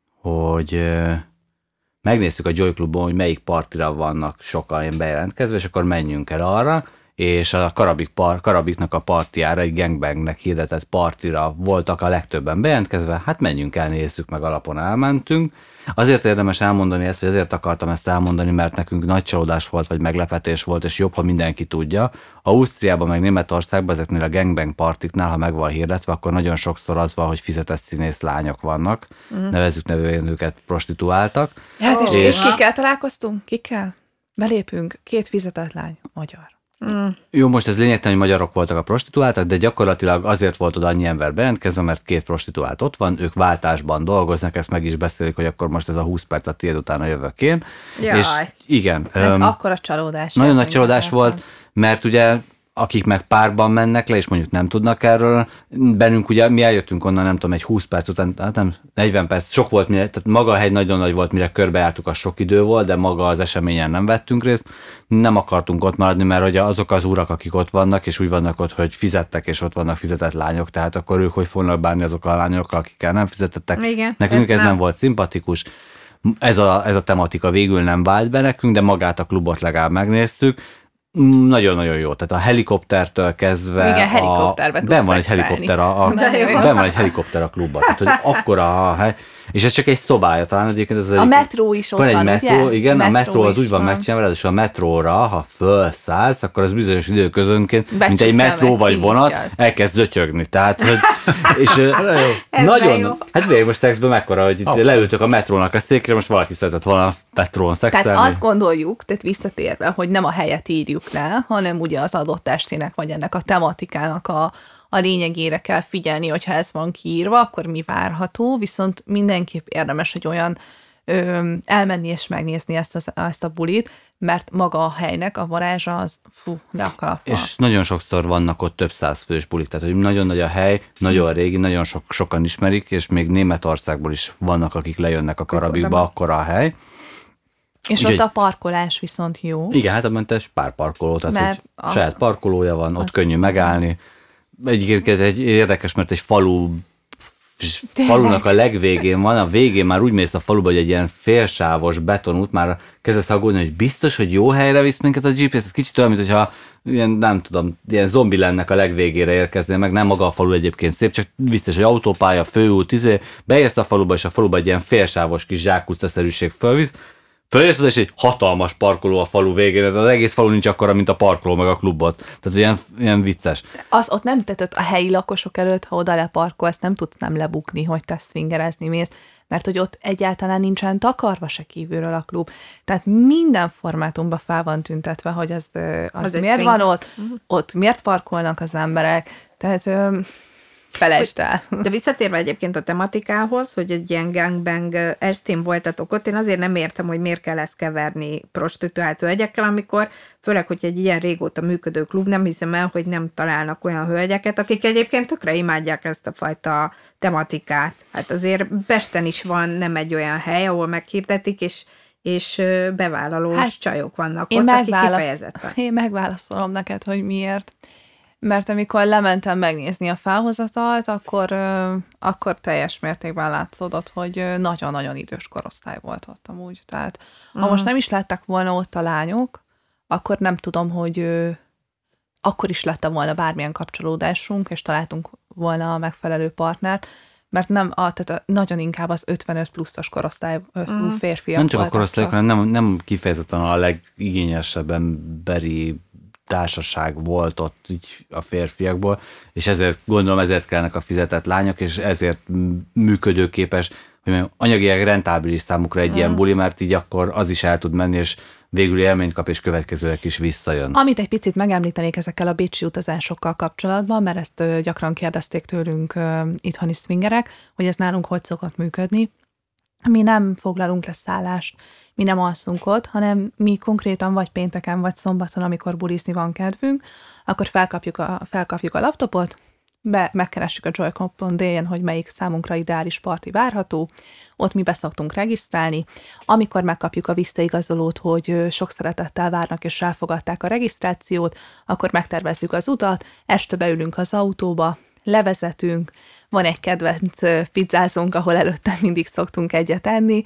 hogy uh, megnéztük a Joy Clubon, hogy melyik partira vannak sokan ilyen bejelentkezve, és akkor menjünk el arra, és a Karabik par, Karabiknak a partiára, egy gangbangnek hirdetett partira voltak a legtöbben bejelentkezve, hát menjünk el, nézzük meg, alapon elmentünk. Azért érdemes elmondani ezt, vagy azért akartam ezt elmondani, mert nekünk nagy csalódás volt, vagy meglepetés volt, és jobb, ha mindenki tudja. Ausztriában, meg Németországban ezeknél a gangbang partiknál, ha meg van hirdetve, akkor nagyon sokszor az van, hogy fizetett színész lányok vannak, mm. nevezzük nevűen őket prostituáltak. Hát és, és, és kikkel találkoztunk? Kikkel? Belépünk, két fizetett lány, magyar. Mm. Jó, most ez lényegtelen, hogy magyarok voltak a prostituáltak, de gyakorlatilag azért volt oda annyi ember bejelentkezve, mert két prostituált ott van, ők váltásban dolgoznak, ezt meg is beszélik, hogy akkor most ez a húsz perc a tiéd, utána jövök én. Jaj. És igen. Hát Um, akkor a csalódás. nagyon nagy csalódás volt, mert ugye akik meg párban mennek le, és mondjuk nem tudnak erről, bennünk ugye, mi eljöttünk onnan, nem tudom, egy húsz perc után, hát nem, negyven perc, sok volt, mire, tehát maga a hegy nagyon nagy volt, mire körbejártuk, az sok idő volt, de maga az eseményen nem vettünk részt, nem akartunk ott maradni, mert hogy azok az urak, akik ott vannak, és úgy vannak ott, hogy fizettek, és ott vannak fizetett lányok, tehát akkor ők hogy fognak bánni azokkal a lányokkal, akikkel nem fizetettek. Igen, nekünk ez, ez ez nem. nem volt szimpatikus. Ez a, ez a tematika végül nem vált be nekünk, de magát a klubot legalább megnéztük. Nagyon-nagyon jó. Tehát a helikoptertől kezdve... Igen, helikopterbe tudsz ben van egy szexelni. helikopter a, a, ben van egy helikopter a klubban. Tehát, hogy akkora a hely. És ez csak egy szobája talán egyébként. Ez A egy, metró is ott van. van, egy metró, ugye? igen, Metró a metró az is úgy van, van megcsinálva, és a metróra, ha felszállsz, akkor az bizonyos időközönként, mint egy Becsukja metró meg, vagy így vonat, az. elkezd zötyögni. Tehát, hogy, és Ez nagyon, jó. hát végig most szexben mekkora, hogy itt leültök a metrónak a székre, most valaki szeretett volna a metrón szexelni. Tehát azt gondoljuk, tehát visszatérve, hogy nem a helyet írjuk le, hanem ugye az adott estének, vagy ennek a tematikának a, a lényegére kell figyelni, hogyha ez van kiírva, akkor mi várható, viszont mindenképp érdemes egy olyan ö, elmenni és megnézni ezt, az, ezt a bulit, mert maga a helynek a varázsa az fú, le a kalappal. És nagyon sokszor vannak ott több száz fős bulik, tehát hogy nagyon nagy a hely, nagyon régi, nagyon sok, sokan ismerik, és még Németországból is vannak, akik lejönnek a Karabikba, akkor a hely. És Úgyhogy- ott a parkolás viszont jó. Igen, hát abban egy pár parkoló, tehát Mert hogy a- saját parkolója van, ott az- könnyű megállni. Egyébként egy érdekes, mert egy falu falunak a legvégén van, a végén már úgy mész a faluba, hogy egy ilyen félsávos betonút, már kezdesz aggódni, hogy biztos, hogy jó helyre visz minket a gé pé es, ez kicsit olyan, mint hogyha ilyen, nem tudom, ilyen zombi lennek a legvégére érkeznél, meg nem maga a falu egyébként szép, csak biztos, hogy autópálya, főút, izé, beérsz a faluba, és a faluba egy ilyen félsávos kis zsákutcaszerűség fölvisz, fölérsz oda, és egy hatalmas parkoló a falu végén, de az egész falu nincs akkora, mint a parkoló, meg a klubot. Tehát ilyen, ilyen vicces. Az ott nem tetett a helyi lakosok előtt, ha oda leparkolsz, nem tudsz nem lebukni, hogy te swingerezni mész, mert hogy ott egyáltalán nincsen takarva se kívülről a klub. Tehát minden formátumban fel van tüntetve, hogy az, ö, az, Az egy miért swing. van ott, ott miért parkolnak az emberek, tehát ö, felejtsd el. De visszatérve egyébként a tematikához, hogy egy ilyen gangbang estén voltatok ott, én azért nem értem, hogy miért kell ezt keverni prostituált hölgyekkel, amikor, főleg, hogy egy ilyen régóta működő klub, nem hiszem el, hogy nem találnak olyan hölgyeket, akik egyébként tökre imádják ezt a fajta tematikát. Hát azért Pesten is van nem egy olyan hely, ahol meghirdetik, és és ö, bevállalós Hát, csajok vannak Én, ott, akik megválasz... kifejezetten. én megválaszolom neked, hogy miért. Mert amikor lementem megnézni a felhozatalt, akkor, ö, akkor teljes mértékben látszódott, hogy ö, nagyon-nagyon idős korosztály volt ott amúgy. Tehát ha Mhm. most nem is lettek volna ott a lányok, akkor nem tudom, hogy ö, akkor is lett volna bármilyen kapcsolódásunk, és találtunk volna a megfelelő partnert, mert nem, a, tehát a, nagyon inkább az ötvenöt pluszos korosztály Mhm. férfiak Nem csak a voltak korosztályok, hanem nem, nem kifejezetten a legigényesebb emberi társaság volt ott így a férfiakból, és ezért gondolom, ezért kellnek a fizetett lányok, és ezért működőképes, hogy mondjam, anyagilag rentábilis számukra egy ilyen buli, mert így akkor az is el tud menni, és végül élményt kap, és következőek is visszajön. Amit egy picit megemlítenék ezekkel a bécsi utazásokkal kapcsolatban, mert ezt ö, gyakran kérdezték tőlünk ö, itthoni swingerek, hogy ez nálunk hogy szokott működni. Mi nem foglalunk le szállást, mi nem alszunk ott, hanem mi konkrétan vagy pénteken, vagy szombaton, amikor bulizni van kedvünk, akkor felkapjuk a, felkapjuk a laptopot, be, megkeressük a joycon pont d-en, hogy melyik számunkra ideális parti várható, ott mi beszoktunk regisztrálni. Amikor megkapjuk a visszaigazolót, hogy ö, sok szeretettel várnak és elfogadták a regisztrációt, akkor megtervezzük az utat, este beülünk az autóba, levezetünk, van egy kedvenc ö, pizzázónk, ahol előtte mindig szoktunk egyet enni,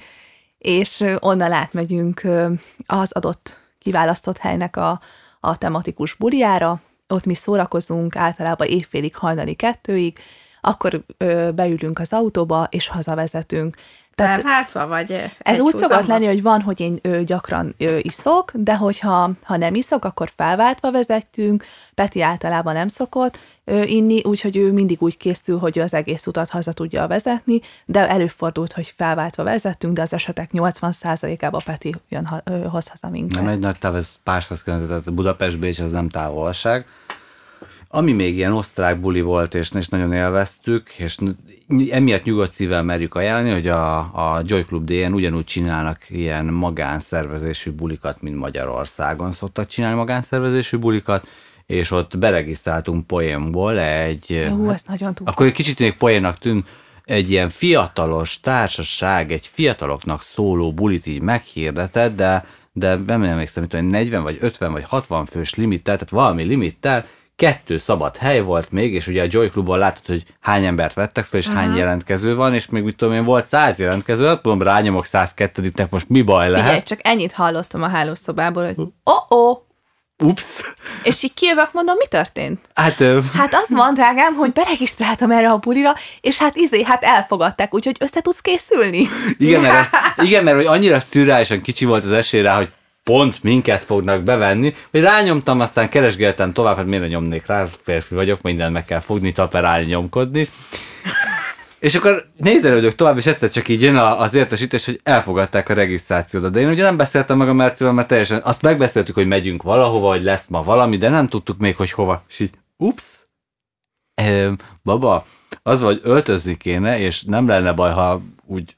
és ö, onnan átmegyünk ö, az adott kiválasztott helynek a, a tematikus buliára, ott mi szórakozunk általában évfélig, hajnali kettőig, akkor ö, beülünk az autóba, és hazavezetünk. Felváltva, vagy ez úgy szokott lenni, hogy van, hogy én ö, gyakran ö, iszok, de hogyha ha nem iszok, akkor felváltva vezetünk. Peti általában nem szokott ö, inni, úgyhogy ő mindig úgy készül, hogy ő az egész utat haza tudja vezetni, de előfordult, hogy felváltva vezettünk, de az esetek nyolcvan százalékában Peti jön, ö, hoz haza minket. Nem egy nagy táv, ez pár száz kilométer, Budapest-Bécs, ez nem távolság. Ami még ilyen osztrák buli volt, és, és nagyon élveztük, és emiatt nyugodt szívvel merjük ajánlani, hogy a, a Joy Club dé-en ugyanúgy csinálnak ilyen magánszervezésű bulikat, mint Magyarországon szoktak csinálni magánszervezésű bulikat, és ott beregisztráltunk poénból egy... Hú, ezt nagyon tudjuk. Akkor egy kicsit még poénnak tűn, egy ilyen fiatalos társaság, egy fiataloknak szóló bulit így meghirdetett, de, de nem emlékszem, hogy negyven vagy ötven vagy hatvan fős limittel, tehát valami limittel, kettő szabad hely volt még, és ugye a Joy Clubon látod, hogy hány embert vettek fel, és uh-huh. hány jelentkező van, és még mit tudom én, volt száz jelentkező, hát mondom, rányomok száz kettőnek, most mi baj lehet? Figyelj, csak ennyit hallottam a hálószobából, hogy oh-oh, ups. És így kijövök, mondom, mi történt? Hát, ö... hát az van, drágám, hogy beregisztráltam erre a bulira, és hát izé, hát elfogadták, úgyhogy össze tudsz készülni. Igen, mert, ez, igen, mert hogy annyira szürreálisan kicsi volt az esély rá, hogy pont minket fognak bevenni, hogy rányomtam, aztán keresgéltem tovább, hát miért nyomnék rá, férfi vagyok, mindent meg kell fogni, taperálni, nyomkodni. És akkor nézelődök tovább, és egyszer csak így jön az értesítés, hogy elfogadták a regisztrációt. De én ugye nem beszéltem meg a Mercivel, mert teljesen azt megbeszéltük, hogy megyünk valahova, hogy lesz ma valami, de nem tudtuk még, hogy hova. És így, ups, ehm, baba, az vagy öltözni kéne, és nem lenne baj, ha úgy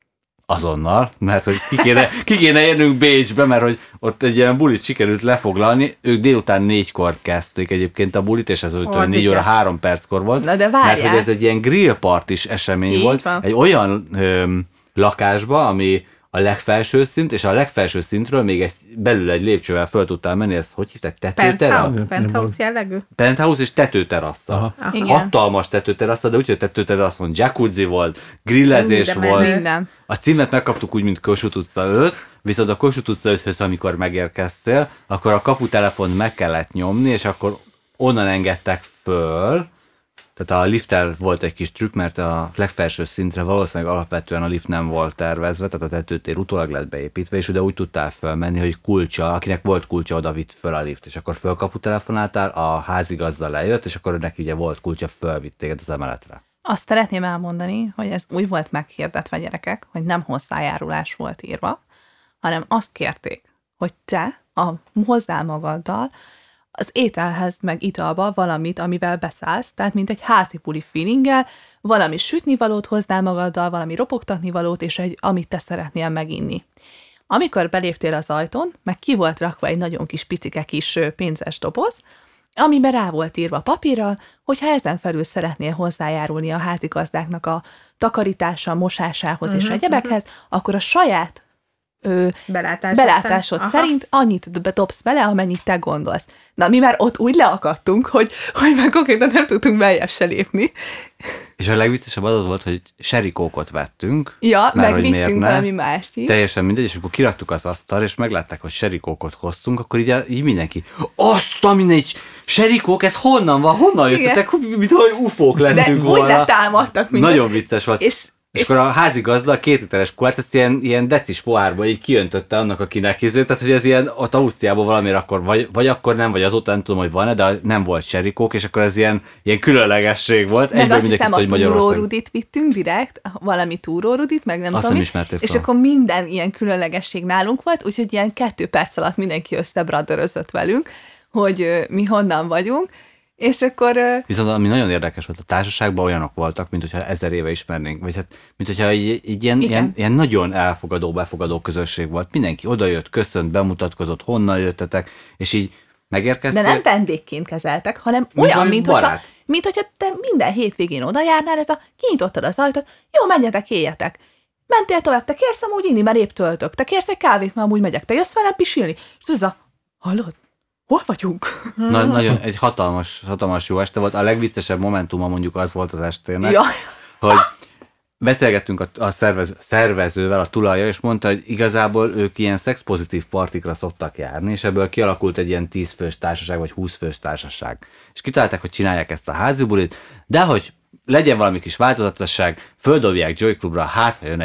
azonnal, mert hogy ki kéne, ki kéne érnünk Bécsbe, mert hogy ott egy ilyen bulit sikerült lefoglalni, ők délután négykor kezdték egyébként a bulit, és ez olyan négy óra három perckor volt. Na de várjál. Mert hogy ez egy ilyen grillpartis esemény Így volt, van. egy olyan öm, lakásba, ami a legfelső szint, és a legfelső szintről még egy, belül egy lépcsővel föl tudtál menni, ezt hogy hívták? Tetőterasz? Penthouse, penthouse jellegű? Penthouse és tetőterassza. Hatalmas tetőterassza, de úgy, hogy tetőteraszon jacuzzi volt, grillezés Minden, volt. Minden. A címet megkaptuk úgy, mint Kossuth utca öt, viszont a Kossuth utca öthöz, amikor megérkeztél, akkor a kaputelefont meg kellett nyomni, és akkor onnan engedtek föl. Tehát a lifttel volt egy kis trükk, mert a legfelső szintre valószínűleg alapvetően a lift nem volt tervezve, tehát a tetőtér utólag lett beépítve, és oda úgy tudtál fölmenni, hogy kulcsa, akinek volt kulcsa, oda vitt föl a lift, és akkor fölkapu telefonáltál, a házigazda lejött, és akkor neki ugye volt kulcsa, fölvitt téged az emeletre. Azt szeretném elmondani, hogy ez úgy volt meghirdetve, gyerekek, hogy nem hozzájárulás volt írva, hanem azt kérték, hogy te a hozzá magaddal az ételhez meg italba valamit, amivel beszállsz, tehát mint egy házi buli feelinggel, valami sütnivalót hoznál magaddal, valami ropogtatnivalót, és egy, amit te szeretnél meginni. Amikor beléptél az ajtón, meg ki volt rakva egy nagyon kis picike kis pénzes doboz, amiben rá volt írva papírral, hogy ha ezen felül szeretnél hozzájárulni a házigazdáknak a takarítása, mosásához uh-huh, és egyebekhez, uh-huh. akkor a saját Ö, belátásod, belátásod szerint, szerint annyit dobsz bele, amennyit te gondolsz. Na, mi már ott úgy leakadtunk, hogy, hogy már konkrétan nem tudtunk beljebb se lépni. És a legviccesebb az volt, hogy serikókot vettünk. Ja, mert, meg vittünk valami mást is. Teljesen mindegy, és akkor kiraktuk az asztalra, és meglátták, hogy serikókot hoztunk, akkor így, így mindenki, azt a mindegy, serikók, ez honnan van, honnan jöttetek, mint hogy ufók lettünk De volna. úgy letámadtak minket. Nagyon vicces volt. És És, és akkor a házigazda a két literes kulárt, ezt ilyen, ilyen decis pohárba így kijöntötte annak, akinek izé, tehát hogy ez ilyen ott Ausztriában valamire akkor, vagy, vagy akkor nem, vagy azóta nem tudom, hogy van-e, de nem volt serikók, és akkor ez ilyen, ilyen különlegesség volt. Meg egyből azt hiszem, a Magyarország... túrórudit vittünk direkt, valami túrórudit, meg nem azt tudom nem mit, és akkor minden ilyen különlegesség nálunk volt, úgyhogy ilyen kettő perc alatt mindenki összebradörözött velünk, hogy ö, mi honnan vagyunk. És akkor... Viszont ami nagyon érdekes volt, a társaságban olyanok voltak, mint hogyha ezer éve ismernénk, vagy hát, mint hogyha egy, egy ilyen, ilyen, ilyen nagyon elfogadó, befogadó közösség volt. Mindenki odajött, köszönt, bemutatkozott, honnan jöttetek, és így megérkeztél. De nem vendégként kezeltek, hanem mint olyan, mint hogyha, mint hogyha te minden hétvégén odajárnál, ez a kinyitottad az ajtót, jó, menjetek, éljetek. Mentél tovább, te kérsz amúgy inni, mert épp töltök. Te kérsz egy kávét, mert amúgy megyek. Te jössz velem pisilni? És ez a, hallod? Hol vagyunk? Na, nagyon, egy hatalmas, hatalmas jó este volt. A legviccesebb momentuma mondjuk az volt az estének, ja. hogy beszélgettünk a, a szervez, szervezővel, a tulajjal, és mondta, hogy igazából ők ilyen szexpozitív partikra szoktak járni, és ebből kialakult egy ilyen tíz fős társaság, vagy húsz fős társaság. És kitalálták, hogy csinálják ezt a házi bulit, de hogy legyen valami kis változatosság, földobják Joy Clubra, hát ha jön egy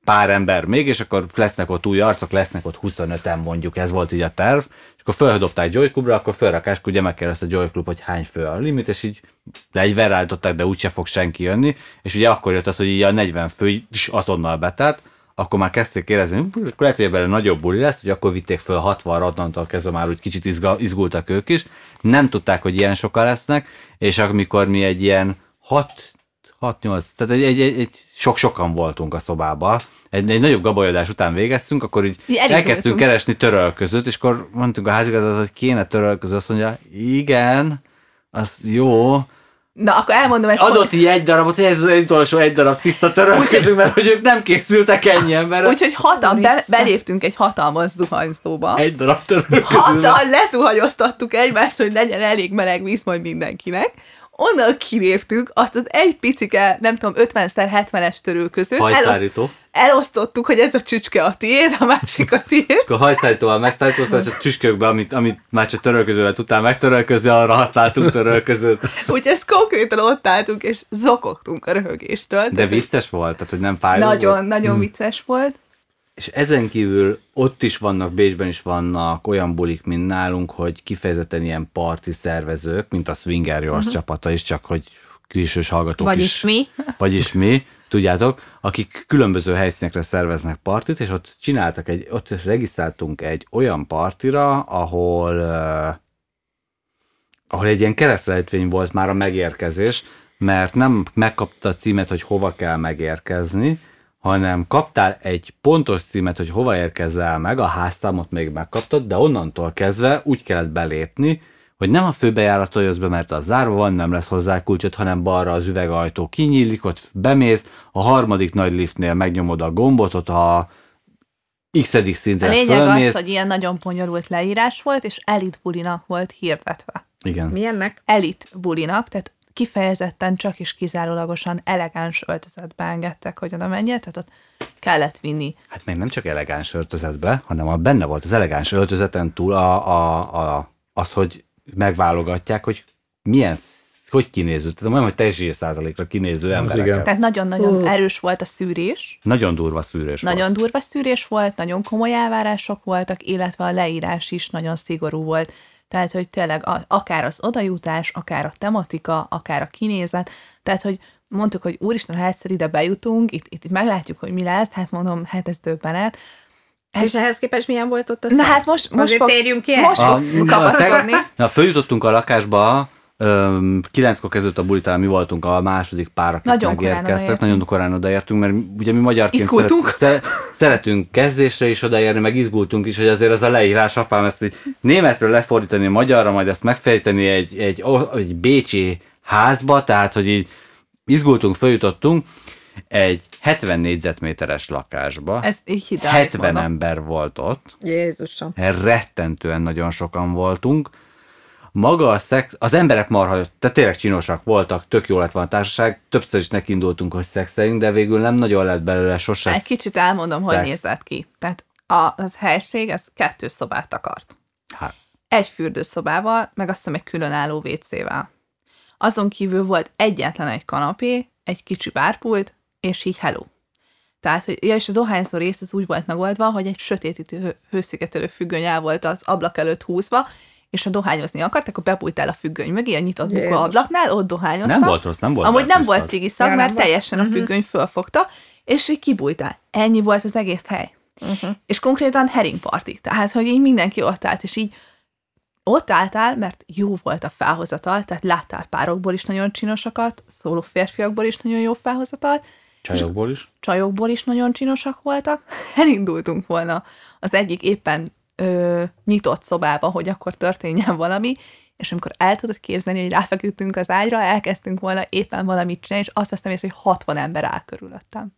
pár ember még, és akkor lesznek ott új arcok, lesznek ott huszonöten mondjuk, ez volt így a terv, és akkor felhődobták Joy Clubra, akkor felrakás, ugye megkérdezte a Joy Club, hogy hány fő a limit, és így negyvenre állították, de úgyse fog senki jönni, és ugye akkor jött az, hogy így a negyven fő is azonnal betelt, akkor már kezdték kérdezni, akkor lehet, hogy ebben nagyobb buli lesz, hogy akkor vitték föl hatvanra, onnantól kezdve már úgy kicsit izga, izgultak ők is, nem tudták, hogy ilyen sokan lesznek, és amikor mi egy ilyen hat-nyolc, tehát egy, egy, egy, egy sok-sokan voltunk a szobában, egy, egy nagyobb gabolyodás után végeztünk, akkor így elkezdtünk keresni törölközőt, és akkor mondtunk a házigazdához, hogy kéne törölköző, azt mondja, igen, az jó. Na, akkor elmondom ezt. Adott így egy darabot, hogy ez az utolsó egy darab tiszta törölköző, mert hogy ők nem készültek ennyi emberre. Úgyhogy hatan be, beléptünk egy hatalmas zuhanyzóba. Egy darab törölköző. Hatan lezuhanyoztattuk egymást, hogy legyen elég meleg víz majd mindenkinek. Onnan kiléptünk, azt az egy picike, nem tudom, ötvenszer hetvenes törölközőt. Hajszárító. Elosztottuk, hogy ez a csücske a tiéd, a másik a tiéd. És akkor hajszállítóval megszállítottuk, és a csücskökbe, amit, amit már csak törölközővel tudtál megtörölközni, arra használtunk törölközőt. Úgyhogy ezt konkrétan ott álltunk, és zokogtunk a röhögéstől. De vicces volt, tehát hogy nem fájó Nagyon, volt. nagyon hmm. vicces volt. És ezen kívül ott is vannak, Bécsben is vannak olyan bulik, mint nálunk, hogy kifejezetten ilyen parti szervezők, mint a Swinger Jors uh-huh. csapata is, csak hogy külsős hallgatók vagyis is. mi. Vagyis mi. Tudjátok, akik különböző helyszínekre szerveznek partit, és ott csináltak egy, ott regisztráltunk egy olyan partira, ahol, uh, ahol egy ilyen keresztrejtvény volt már a megérkezés, mert nem megkapta a címet, hogy hova kell megérkezni, hanem kaptál egy pontos címet, hogy hova érkezel meg, a házszámot még megkaptad, de onnantól kezdve úgy kellett belépni, hogy nem a főbejárattól jössz be, mert az zárva van, nem lesz hozzá kulcsot, hanem balra az üvegajtó kinyílik, ott bemész, a harmadik nagy liftnél megnyomod a gombot, ott a x-edik szintre fölmész. A lényeg az, hogy ilyen nagyon bonyolult leírás volt, és elit bulinak volt hirdetve. Igen. Milyennek? Elit bulinak, tehát kifejezetten csak is kizárólagosan elegáns öltözetbe engedtek, hogy oda menjél, tehát ott kellett vinni. Hát még nem csak elegáns öltözetbe, hanem a benne volt az elegáns öltözeten túl a, a, a, az, hogy megválogatják, hogy milyen, hogy kinéző. Tehát olyan, hogy teljes százalékra kinéző emberek. Tehát nagyon-nagyon uh. erős volt a szűrés. Nagyon durva szűrés Nagyon volt. durva szűrés volt, nagyon komoly elvárások voltak, illetve a leírás is nagyon szigorú volt. Tehát, hogy tényleg a, akár az odajutás, akár a tematika, akár a kinézet, tehát, hogy mondtuk, hogy úristen, ha egyszer ide bejutunk, itt, itt meglátjuk, hogy mi lesz, hát mondom, hát ez döbbenet. Hát, és ehhez képest milyen volt ott a Na hát most, most fog, térjünk ki most fogsz kapaszkodni. Na, följutottunk a lakásba, kilenckor kezdődött a buli, talán mi voltunk a második pár, akik nagyon megérkeztek. Nagyon korán odaértünk, mert ugye mi magyarként szeret, szeret, szeretünk kezdésre is odaérni, meg izgultunk is, hogy azért az a leírás, apám ezt így németről lefordítani magyarra, majd ezt megfejteni egy, egy, egy bécsi házba, tehát hogy így izgultunk, följutottunk egy hetven négyzetméteres lakásba. Ez így hetven mondom. ember volt ott. Jézusom. Rettentően nagyon sokan voltunk. Maga a szex, az emberek marha, tehát tényleg csinosak voltak, tök jó lett van a társaság, többször is nekindultunk, hogy szexeljünk, de végül nem nagyon lett belőle sose. Egy kicsit elmondom, szex. Hogy nézett ki. Tehát a, az helység, ez kettő szobát akart. Hát. Egy fürdőszobával, meg azt hiszem egy különálló vécével. Azon kívül volt egyetlen egy kanapé, egy kicsi bárpult, és így hello. Tehát, hogy, ja, és a dohányzó rész az úgy volt megoldva, hogy egy sötétítő hőszigetelő függöny el volt az ablak előtt húzva, és ha dohányozni akart, akkor bebújtál a függöny mögé, a nyitott bukó ablaknál, ott dohányoztak. Nem volt rossz, nem volt. Amúgy nem volt cigiszag, mert teljesen uh-huh. a függöny fölfogta, és így kibújtál. Ennyi volt az egész hely. Uh-huh. És konkrétan herring party. Tehát, hogy így mindenki ott állt, és így ott álltál, mert jó volt a felhozatal, tehát láttál párokból is nagyon csinosakat, szóló férfiakból is nagyon jó felhozatal. Csajokból is? Csajokból is nagyon csinosak voltak. Elindultunk volna az egyik éppen ö, nyitott szobába, hogy akkor történjen valami, és amikor el tudod képzelni, hogy ráfeküdtünk az ágyra, elkezdtünk volna éppen valamit csinálni, és azt vesztem észre, hogy hatvan ember áll körülöttem.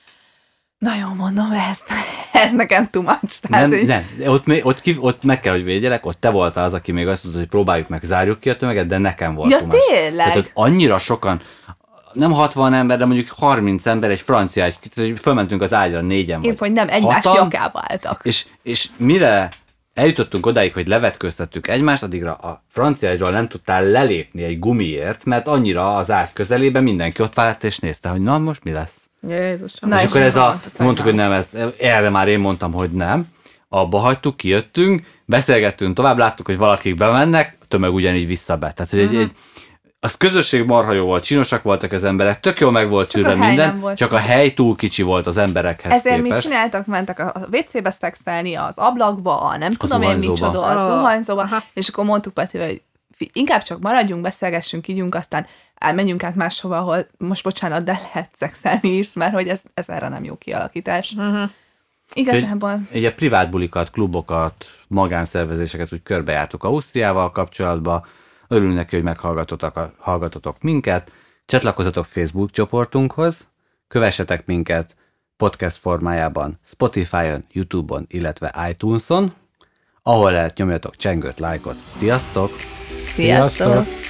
Na jó, mondom, ez, ez nekem too much. Tehát, nem, hogy... nem. Ott, még, ott, ki, ott meg kell, hogy védjelek, ott te voltál az, aki még azt mondta, hogy próbáljuk meg, zárjuk ki a tömeget, de nekem volt ja, too much. Tényleg? Tehát ott annyira sokan, nem hatvan ember, de mondjuk harminc ember, egy francia, egy, fölmentünk az ágyra négyen vagy. Épp, hogy nem egymás hatan, nyakába álltak. És, és mire eljutottunk odáig, hogy levetköztettük egymást, addigra a francia ágyról nem tudtál lelépni egy gumiért, mert annyira az ágy közelében mindenki ott vált és nézte, hogy na most mi lesz. Jézusom. Na, és és akkor ez a, mondtuk, mondtuk, hogy nem, ezt, erre már én mondtam, hogy nem. Abba hagytuk, kijöttünk, beszélgettünk tovább, láttuk, hogy valakik bemennek, a tömeg ugyanígy visszabe. Tehát, hogy uh-huh. egy, egy, az közösség marha jó volt, csinosak voltak az emberek, tök jól meg volt csülve minden, volt csak a hely túl kicsi volt az emberekhez Ezért képest. mit csináltak? Mentek a vé cébe szexelni, az ablakba, a nem tudom én micsoda, a Oh. zuhanyzóba, Aha. és akkor mondtuk Petivel, hogy inkább csak maradjunk, beszélgessünk, ígyunk, aztán menjünk át máshova, ahol most bocsánat, de lehet szexelni is, mert hogy ez, ez erre nem jó kialakítás. Uh-huh. Igazából. Ugye privát bulikat, klubokat, magánszervezéseket úgy körbejártuk Ausztriával kapcsolatban. Örülünk neki, hogy meghallgatotok hallgatotok minket. Csatlakozzatok Facebook csoportunkhoz, kövessetek minket podcast formájában Spotify-on, YouTube-on, illetve iTunes-on, ahol lehet nyomjatok csengőt, lájkot. Sziasztok! Sziasztok! Sziasztok!